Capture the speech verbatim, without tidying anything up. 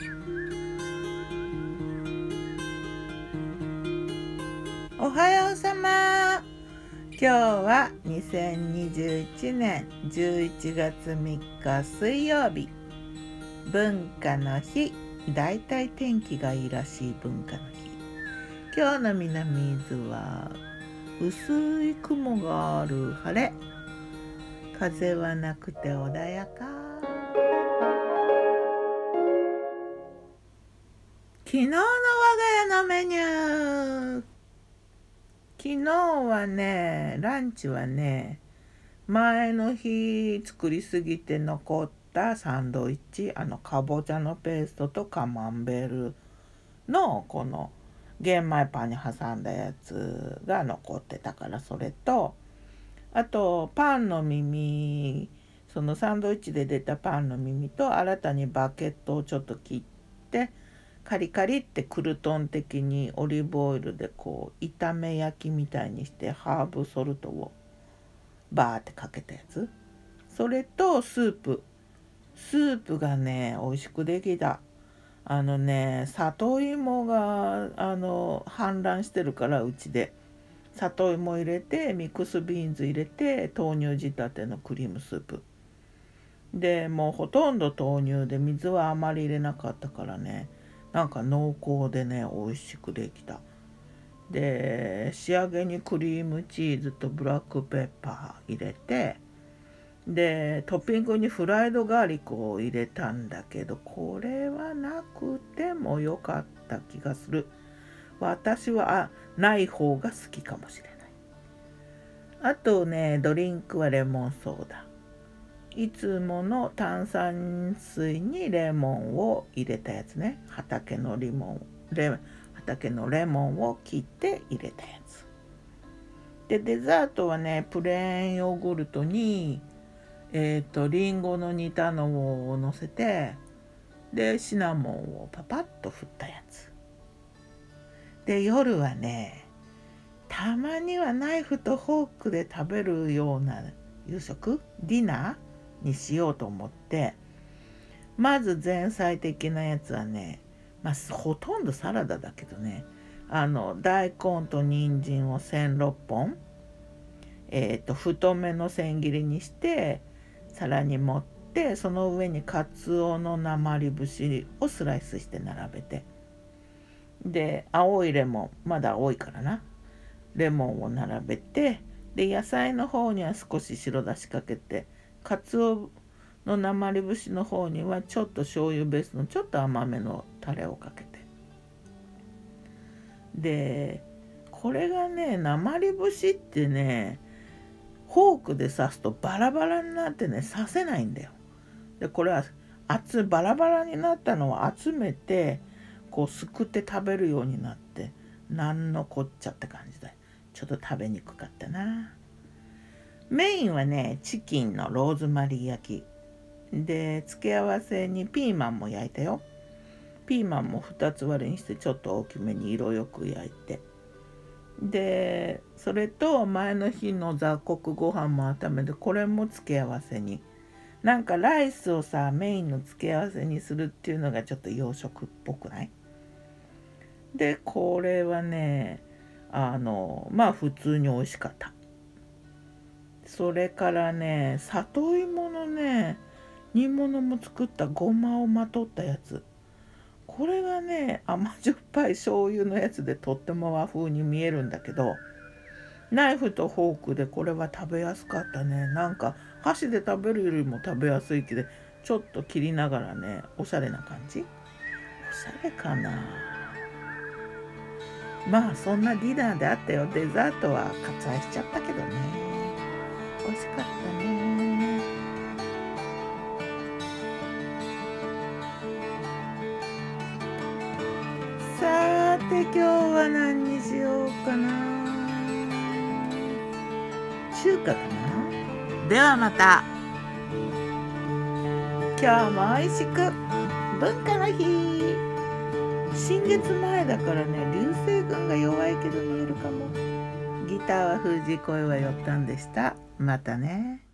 おはようさま。今日はにせんにじゅういちねんじゅういちがつみっか水曜日、文化の日。だいたい天気がいいらしい文化の日。今日の南伊豆は薄い雲がある晴れ、風はなくて穏やか。昨日の我が家のメニュー。昨日はね、ランチはね、前の日作りすぎて残ったサンドイッチ、あのかぼちゃのペーストとカマンベールのこの玄米パンに挟んだやつが残ってたから、それとあとパンの耳、そのサンドイッチで出たパンの耳と新たにバケットをちょっと切ってカリカリってクルトン的にオリーブオイルでこう炒め焼きみたいにしてハーブソルトをバーってかけたやつ、それとスープスープがね美味しくできた。あのね里芋があの氾濫してるから、うちで里芋入れてミックスビーンズ入れて豆乳仕立てのクリームスープで、もうほとんど豆乳で水はあまり入れなかったからね、なんか濃厚でね美味しくできた。で仕上げにクリームチーズとブラックペッパー入れて、でトッピングにフライドガーリックを入れたんだけど、これはなくてもよかった気がする。私はあない方が好きかもしれない。あとねドリンクはレモンソーダ、いつもの炭酸水にレモンを入れたやつね。畑のリモンレ畑のレモンを切って入れたやつで、デザートはねプレーンヨーグルトにえっ、ー、とリンゴの煮たのを乗せて、でシナモンをパパッと振ったやつで、夜はねたまにはナイフとフォークで食べるような夕食ディナーにしようと思って、まず前菜的なやつはね、まあほとんどサラダだけどね、あの大根と人参をせんろっぽん、えっ、ー、と太めの千切りにして皿に盛って、その上にカツオのなまり節をスライスして並べて、で青いレモン、まだ青いからな、レモンを並べて、で野菜の方には少し白だしかけて、カツオのなまり節の方にはちょっと醤油ベースのちょっと甘めのタレをかけて、でこれがねなまり節ってねフォークで刺すとバラバラになってね刺せないんだよ。でこれは厚バラバラになったのを集めてこうすくって食べるようになって、なんのこっちゃって感じだ。ちょっと食べにくかったな。メインはねチキンのローズマリー焼きで、付け合わせにピーマンも焼いたよ。ピーマンもふたつ割りにしてちょっと大きめに色よく焼いて、でそれと前の日の雑穀ご飯も温めて、これも付け合わせに、なんかライスをさメインの付け合わせにするっていうのがちょっと洋食っぽくない？でこれはねあのまあ普通に美味しかった。それからね里芋のね煮物も作った、ごまをまとったやつ、これがね甘じょっぱい醤油のやつでとっても和風に見えるんだけど、ナイフとフォークでこれは食べやすかったね。なんか箸で食べるよりも食べやすいけど、ちょっと切りながらねおしゃれな感じ。おしゃれかな。まあそんなディナーであったよ。デザートは割愛しちゃったけどね、美味しかったね。さーて今日は何にしようかな。中華かな。ではまた。今日も美味しく文化の日。新月前だからね流星群が弱いけど見えるかも。ギターは封じ、声はよったんでした。またね。